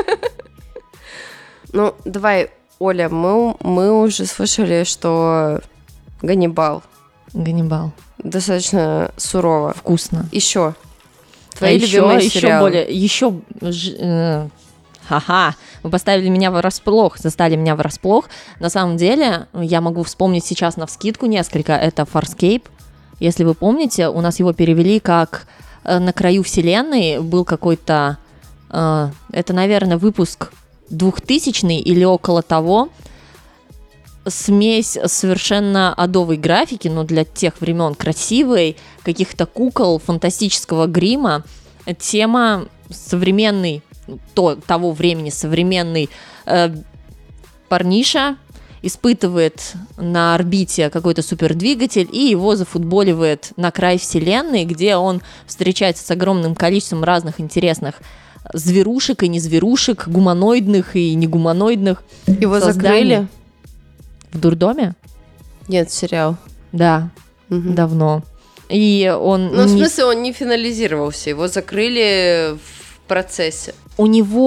Ну, давай, Оля, мы, мы уже слышали, что Ганнибал Ганнибал. достаточно сурово. Вкусно. Еще. Твои а любимые еще, еще сериалы. более, еще, ж- э, ха-ха, вы поставили меня врасплох, застали меня врасплох. На самом деле, я могу вспомнить сейчас навскидку несколько. Это Farscape. Если вы помните, у нас его перевели как э, «На краю вселенной». Был какой-то, э, это, наверное, выпуск двухтысячный или около того. Смесь совершенно адовой графики, но для тех времен красивой, каких-то кукол, фантастического грима. Тема современный, то, того времени современный э, парниша испытывает на орбите какой-то супердвигатель, и его зафутболивает на край вселенной, где он встречается с огромным количеством разных интересных зверушек и незверушек, гуманоидных и негуманоидных. Его созданий. закрыли? В дурдоме? Нет, сериал. Да, Мгм. давно. И он... Ну, в не- смысле, он не финализировался. Его закрыли в процессе. У него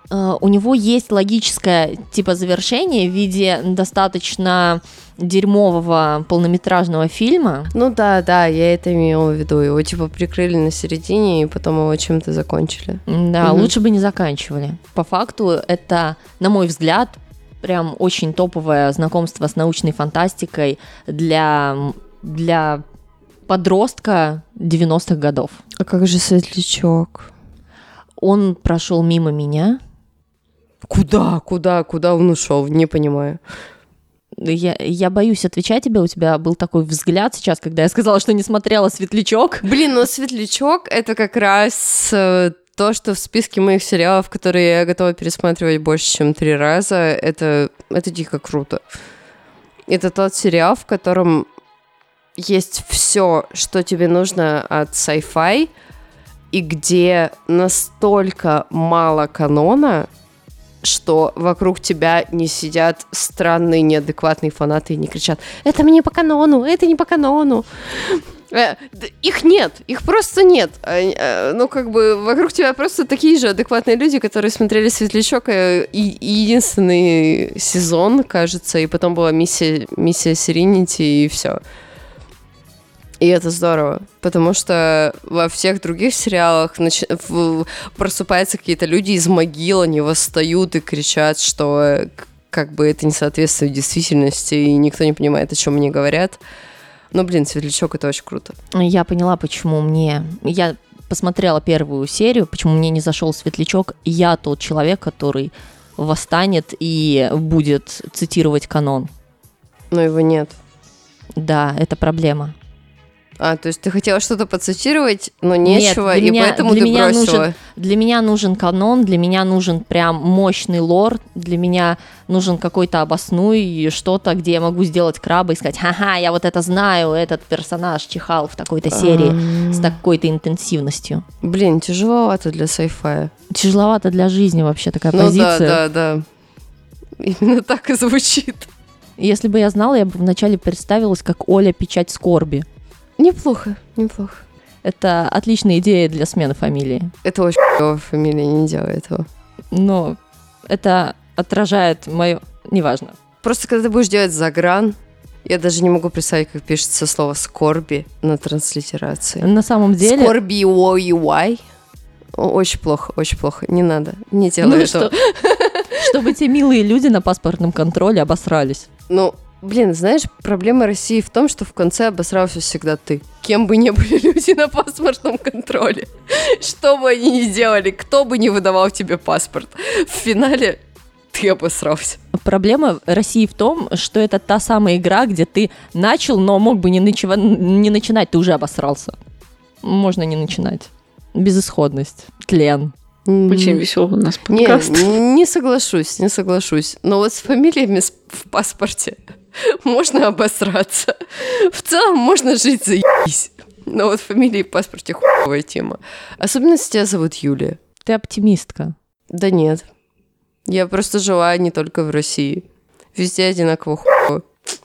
э, у него есть логическое типа завершение в виде достаточно дерьмового полнометражного фильма. Ну да, да, я это имела в виду. Его типа прикрыли на середине, и потом его чем-то закончили. Да, Мгм. лучше бы не заканчивали. По факту это, на мой взгляд, прям очень топовое знакомство с научной фантастикой для, для подростка девяностых годов. А как же Светлячок? Он прошел мимо меня. Куда, куда, куда он ушел? Не понимаю. Я, я боюсь отвечать тебе, у тебя был такой взгляд сейчас, когда я сказала, что не смотрела «Светлячок». Блин, ну Светлячок — это как раз э, то, что в списке моих сериалов, которые я готова пересматривать больше, чем три раза, это, это дико круто. Это тот сериал, в котором есть все, что тебе нужно от sci-fi, и где настолько мало канона, что вокруг тебя не сидят странные, неадекватные фанаты и не кричат: «Это мне по канону, это не по канону». Э, д- Их нет, их просто нет. А, э, Ну, как бы, вокруг тебя просто такие же адекватные люди, которые смотрели «Светлячок» э, и, и единственный сезон, кажется, и потом была миссия, миссия Serenity, и все. И это здорово, потому что во всех других сериалах нач... в... просыпаются какие-то люди из могил, они восстают и кричат, что э, к- как бы это не соответствует действительности, и никто не понимает, о чем они говорят. Но, блин, Светлячок — это очень круто. Я поняла, почему мне... Я посмотрела первую серию, почему мне не зашел «Светлячок». Я тот человек, который восстанет и будет цитировать канон. Но его нет. Да, это проблема. А, то есть ты хотела что-то процитировать, но нечего, Нет, для и меня- поэтому для ты меня бросила. нужен- Для меня нужен канон, для меня нужен прям мощный лор, для меня нужен какой-то обоснуй, что-то, где я могу сделать краба и сказать: ха-ха, я вот это знаю, этот персонаж чихал в такой-то серии с такой-то интенсивностью. Блин, тяжеловато для sci-fi. Тяжеловато для жизни вообще такая Ну позиция. да, да, да. Именно так и звучит. Если бы я знала, я бы вначале представилась как Оля Печать Скорби. Неплохо, неплохо. Это отличная идея для смены фамилии. Это очень х**овая фамилия, не делай этого. Но это отражает мое... Неважно. Просто когда ты будешь делать загран, я даже не могу представить, как пишется слово «скорби» на транслитерации. На самом деле... Скорби, ой, уай. Очень плохо, очень плохо. Не надо, не делай Ну, этого. что- Чтобы те милые люди на паспортном контроле обосрались. Ну, блин, знаешь, проблема России в том, что в конце обосрался всегда ты. Кем бы ни были люди на паспортном контроле, что бы они ни делали, кто бы ни выдавал тебе паспорт, в финале ты обосрался. Проблема России в том, что это та самая игра, где ты начал, но мог бы не, начи- не начинать, ты уже обосрался. Можно не начинать. Безысходность, тлен. Очень веселый у нас Не, подкаст. не соглашусь, не соглашусь. Но вот с фамилиями с- в паспорте можно обосраться. В целом можно жить заебись. Но вот фамилии в паспорте хуевая тема. Особенно если тебя зовут Юлия. Ты оптимистка. Да нет. Я просто жила не только в России. Везде одинаково хуево.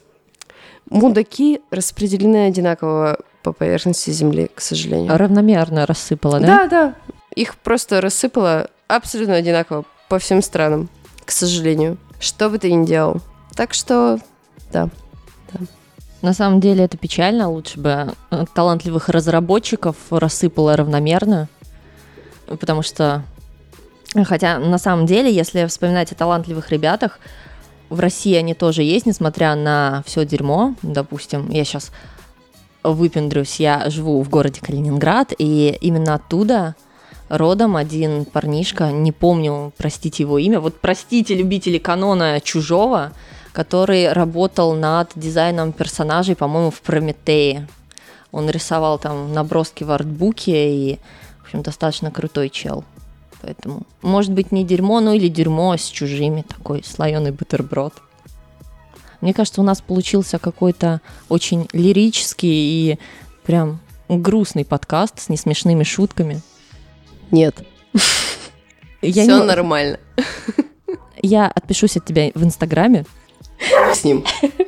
Мудаки распределены одинаково по поверхности Земли, к сожалению. Равномерно рассыпала, да? Да, да. Их просто рассыпало абсолютно одинаково по всем странам, к сожалению. Что бы ты ни делал. Так что, да. На самом деле это печально. Лучше бы э, талантливых разработчиков рассыпало равномерно. Потому что... Хотя, на самом деле, если вспоминать о талантливых ребятах, в России они тоже есть, несмотря на все дерьмо. Допустим, я сейчас выпендрюсь, я живу в городе Калининград, и именно оттуда родом один парнишка, не помню, простите его имя, вот простите, любители канона Чужого, который работал над дизайном персонажей, по-моему, в Прометее. Он рисовал там наброски в артбуке, и, в общем, достаточно крутой чел. Поэтому, может быть, не дерьмо, ну или дерьмо с чужими, такой слоеный бутерброд. Мне кажется, у нас получился какой-то очень лирический и прям грустный подкаст с несмешными шутками. Нет, Я, все не- нормально я отпишусь от тебя в Инстаграме. с ним.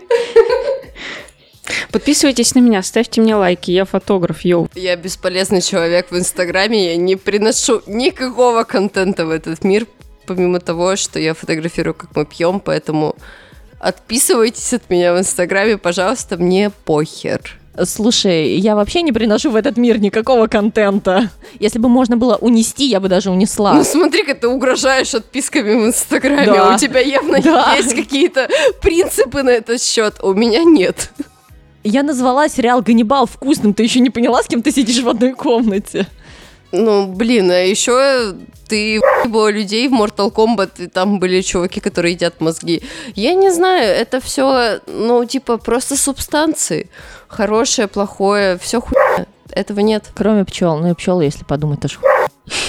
Подписывайтесь на меня, ставьте мне лайки, я фотограф, йоу. Я бесполезный человек в Инстаграме, я не приношу никакого контента в этот мир, помимо того, что я фотографирую, как мы пьем, поэтому отписывайтесь от меня в Инстаграме, пожалуйста, мне похер. Слушай, я вообще не приношу в этот мир никакого контента. Если бы можно было унести, я бы даже унесла. Ну смотри-ка, ты угрожаешь отписками в Инстаграме. Да. У тебя явно Да. есть какие-то принципы на этот счет. У меня нет. Я назвала сериал «Ганнибал» вкусным. Ты еще не поняла, с кем ты сидишь в одной комнате? Ну, блин, а еще ты было людей в Mortal Kombat, и там были чуваки, которые едят мозги. Я не знаю, это все, ну, типа, просто субстанции. Хорошее, плохое, все хуйня. Этого нет. Кроме пчел. Ну и пчелы, если подумать, тоже хуй.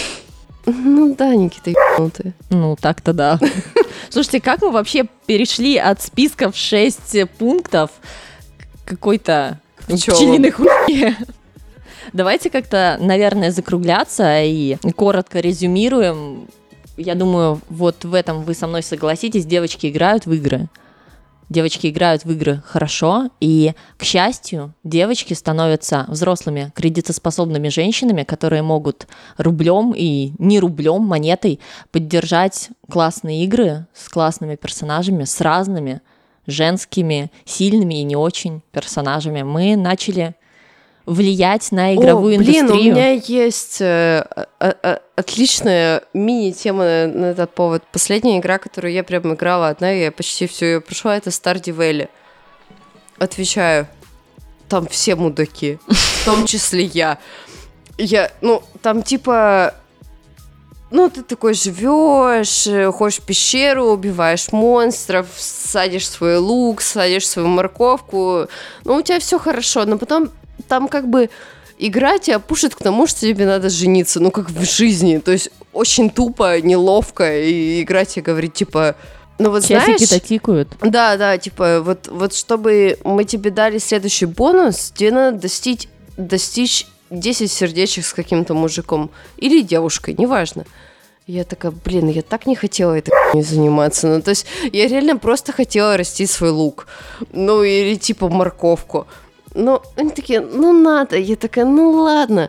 Ну да, Никита, ебанутые. Ну, так-то да. Слушайте, как мы вообще перешли от списка в шесть пунктов к какой-то Пчелам. пчелиной хуйне? Давайте как-то, наверное, закругляться и коротко резюмируем. Я думаю, вот в этом вы со мной согласитесь. Девочки играют в игры. Девочки играют в игры хорошо, и, к счастью, девочки становятся взрослыми, кредитоспособными женщинами, которые могут рублем и не рублем, монетой поддержать классные игры с классными персонажами, с разными женскими, сильными и не очень персонажами. Мы начали влиять на игровую О, блин, индустрию. у меня есть э, э, э, отличная мини-тема на, на этот повод. Последняя игра, которую я прям играла одна, я почти всю ее прошла, это Stardew Valley. Отвечаю, там все мудаки, в том числе я. Я, ну, там типа... Ну, ты такой живешь, ходишь в пещеру, убиваешь монстров, садишь свой лук, садишь свою морковку. Ну, у тебя все хорошо, но потом там как бы игра тебя пушит к тому, что тебе надо жениться, ну, как в жизни. То есть очень тупо, неловко, и игра тебе говорит, типа... Ну, вот Часики-то знаешь... тикают. Да, да, типа, вот, вот чтобы мы тебе дали следующий бонус, тебе надо достичь, достичь десять сердечек с каким-то мужиком или девушкой, неважно. Я такая, блин, я так не хотела этой не заниматься. Ну, то есть я реально просто хотела растить свой лук. Ну, или типа морковку. Ну, они такие, ну, надо. Я такая, ну, ладно.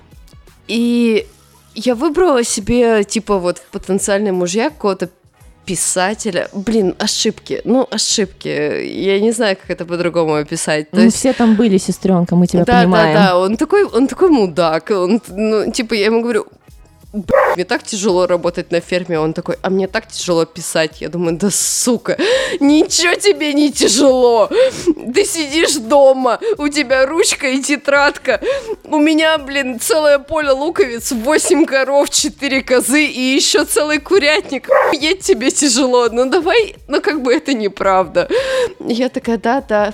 И я выбрала себе, типа, вот потенциальный мужья какого-то писателя. Блин, ошибки. Ну, ошибки. Я не знаю, как это по-другому описать. То Мы есть... все там были, сестренка, мы тебя да, понимаем. Да, да, он такой, он такой мудак. Он, ну, типа, я ему говорю, мне так тяжело работать на ферме. Он такой, а мне так тяжело писать. Я думаю, да сука, ничего тебе не тяжело. Ты сидишь дома, у тебя ручка и тетрадка. У меня, блин, целое поле луковиц, восемь коров, четыре козы и еще целый курятник. Охуеть тебе тяжело. Ну давай, ну как бы это неправда. Я такая, да-да.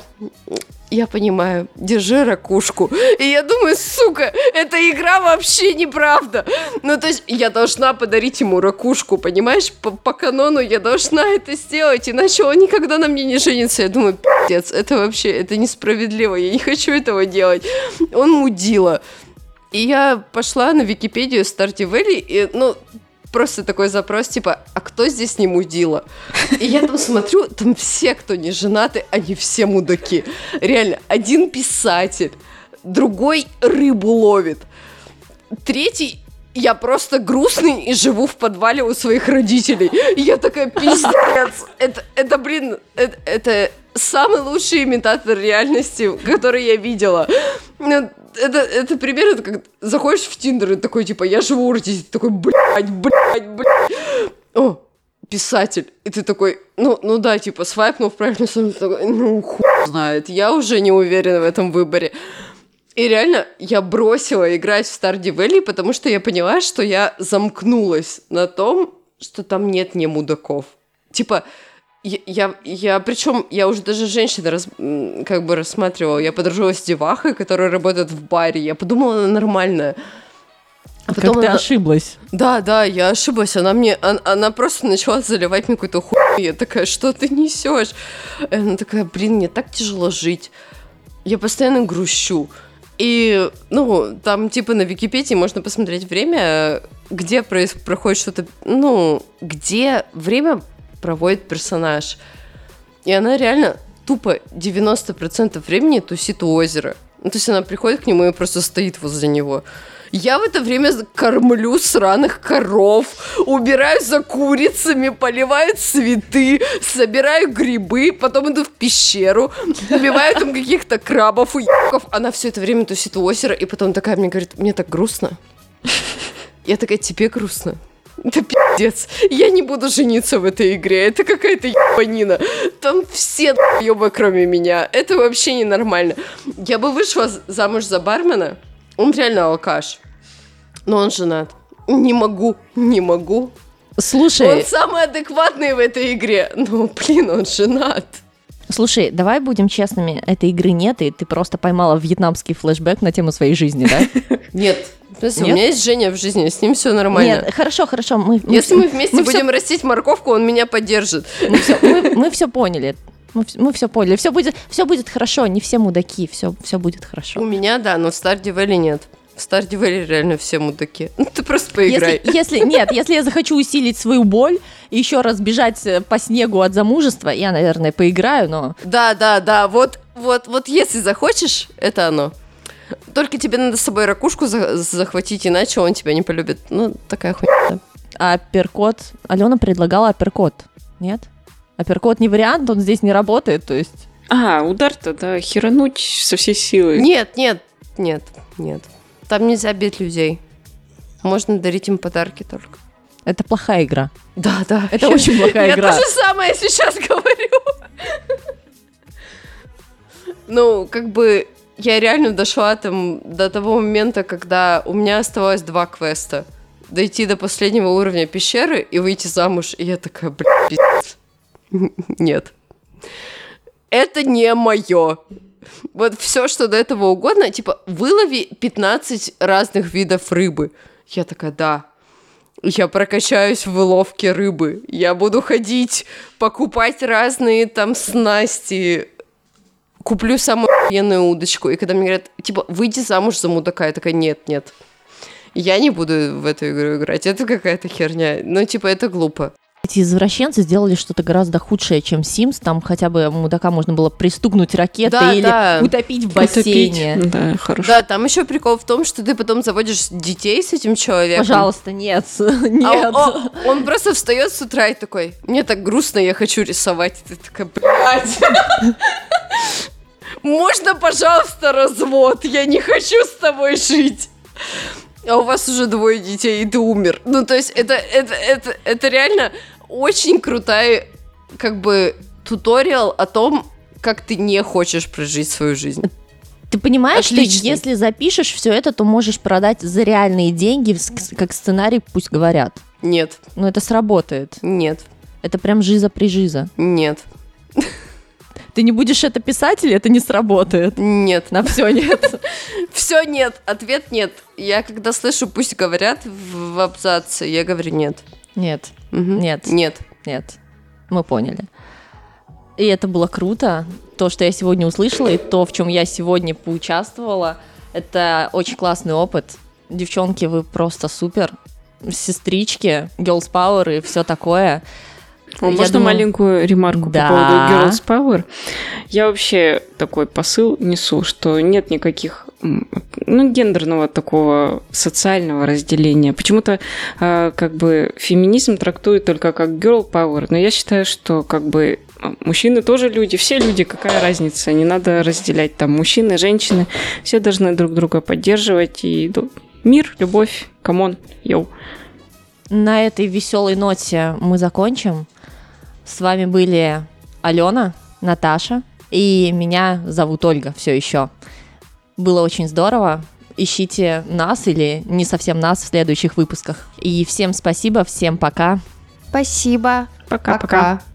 Я понимаю, держи ракушку. И я думаю, сука, эта игра вообще неправда. Ну, то есть я должна подарить ему ракушку, понимаешь? По, по канону я должна это сделать, иначе он никогда на мне не женится. Я думаю, пиздец, это вообще, это несправедливо, я не хочу этого делать. Он мудила. И я пошла на Википедию Stardew Valley, и, ну... Просто такой запрос, типа, а кто здесь не мудила? И я там смотрю, там все, кто не женаты, они все мудаки. Реально, один писатель, другой рыбу ловит, третий, я просто грустный и живу в подвале у своих родителей. И я такая, пиздец, это, это блин, это, это самый лучший имитатор реальности, который я видела. Это, это примерно как заходишь в Тиндер и такой, типа, я живу у родителей, такой, блядь, блядь, блядь. О, писатель. И ты такой, ну, ну да, типа, свайпнул в правильную сторону, такой, ну, хуй знает, я уже не уверена в этом выборе. И реально, я бросила играть в Stardew Valley, потому что я поняла, что я замкнулась на том, что там нет не мудаков. Типа, Я, я, я причем, я уже даже женщин раз, как бы рассматривала. Я подружилась с девахой, которая работает в баре. Я подумала, она нормальная. А потом как ты она... ошиблась. Да, да, я ошиблась. Она мне, она, она просто начала заливать мне какую-то хуйню. Я такая, что ты несешь? И она такая, блин, мне так тяжело жить. Я постоянно грущу. И, ну, там типа на Википедии можно посмотреть время, где проис- проходит что-то, ну, где время проводит персонаж. И она реально тупо девяносто процентов времени тусит у озера. Ну, то есть она приходит к нему и просто стоит возле него. Я в это время кормлю сраных коров, убираю за курицами, поливаю цветы, собираю грибы, потом иду в пещеру, убиваю там каких-то крабов, уебков. Она все это время тусит у озера, и потом такая мне говорит, мне так грустно. Я такая, тебе грустно? Это пиздец. Я не буду жениться в этой игре. Это какая-то ебанина. Там все ебы, кроме меня. Это вообще ненормально. Я бы вышла замуж за бармена. Он реально алкаш. Но он женат. Не могу, не могу. Слушай... Он самый адекватный в этой игре. Но, блин, он женат. Слушай, давай будем честными. Этой игры нет, и ты просто поймала вьетнамский флешбэк на тему своей жизни, да? Нет. В смысле, у меня есть Женя в жизни, с ним все нормально. Нет, хорошо, хорошо. Мы, мы Если мы, мы вместе мы будем все... растить морковку, он меня поддержит. Мы все, мы, мы все поняли. Мы, мы все поняли. Все будет, все будет хорошо, не все мудаки, все, все будет хорошо. У меня, да, но в Stardew Valley нет. В Stardew Valley реально все мудаки. Ну, ты просто поиграй. Если, если, нет, если я захочу усилить свою боль и еще раз бежать по снегу от замужества, я, наверное, поиграю, но... Да, да, да, вот, вот, вот если захочешь, это оно. Только тебе надо с собой ракушку за- захватить, иначе он тебя не полюбит. Ну, такая хуйня, да. А апперкот... Алена предлагала апперкот, нет? Апперкот не вариант, он здесь не работает, то есть... А, удар-то, да, херануть со всей силы. Нет, нет, нет, нет. Там нельзя бить людей. Можно дарить им подарки только. Это плохая игра. Да, да. Это очень плохая игра. Я то же самое сейчас говорю. Ну, как бы... Я реально дошла там до того момента, когда у меня оставалось два квеста. Дойти до последнего уровня пещеры и выйти замуж. И я такая, блядь, пиздец. Нет. Это не мое. Вот все, что до этого угодно, типа, вылови пятнадцать разных видов рыбы. Я такая, да. Я прокачаюсь в выловке рыбы. Я буду ходить, покупать разные там снасти. Куплю самую охуенную удочку. И когда мне говорят, типа, выйди замуж за мудака, я такая, нет, нет. Я не буду в эту игру играть. Это какая-то херня. Ну, типа, это глупо. Эти извращенцы сделали что-то гораздо худшее, чем Sims. Там хотя бы мудака можно было пристукнуть ракетой Да, или да. утопить в бассейне. Утопить. Да, хорошо. Да, там еще прикол в том, что ты потом заводишь детей с этим человеком. Пожалуйста, нет. Нет. А он, он, он просто встает с утра и такой, мне так грустно, я хочу рисовать. И ты такая, блядь. Можно, пожалуйста, развод? Я не хочу с тобой жить. А у вас уже двое детей, и ты умер. Ну, то есть, это, это, это, это реально очень крутая, как бы, туториал о том, как ты не хочешь прожить свою жизнь. Ты понимаешь, Отличный. что если запишешь все это, то можешь продать за реальные деньги, как сценарий, пусть говорят. Нет. Но это сработает. Нет. Это прям жиза-прижиза. Нет. Ты не будешь это писать, или это не сработает? Нет. На все нет. Все нет. Ответ нет. Я когда слышу, пусть говорят в абзаце, я говорю нет. Нет. Мгм. Нет. Нет. Нет. Мы поняли. И это было круто. То, что я сегодня услышала, и то, в чем я сегодня поучаствовала, это очень классный опыт. Девчонки, вы просто супер. Сестрички, girls power и все такое. О, Я можно думаю- маленькую ремарку Да. по поводу Girls Power? Я вообще такой посыл несу, что нет никаких м, ну, гендерного такого социального разделения. Почему-то а, как бы феминизм трактует только как girl power, но я считаю, что как бы а, мужчины тоже люди, все люди, какая разница, не надо разделять там мужчины, женщины, все должны друг друга поддерживать и ну, мир, любовь, камон, йоу. На этой веселой ноте мы закончим. С вами были Алена, Наташа и меня зовут Ольга все еще. Было очень здорово. Ищите нас или не совсем нас в следующих выпусках. И всем спасибо, всем пока. Спасибо. Пока-пока. Пока.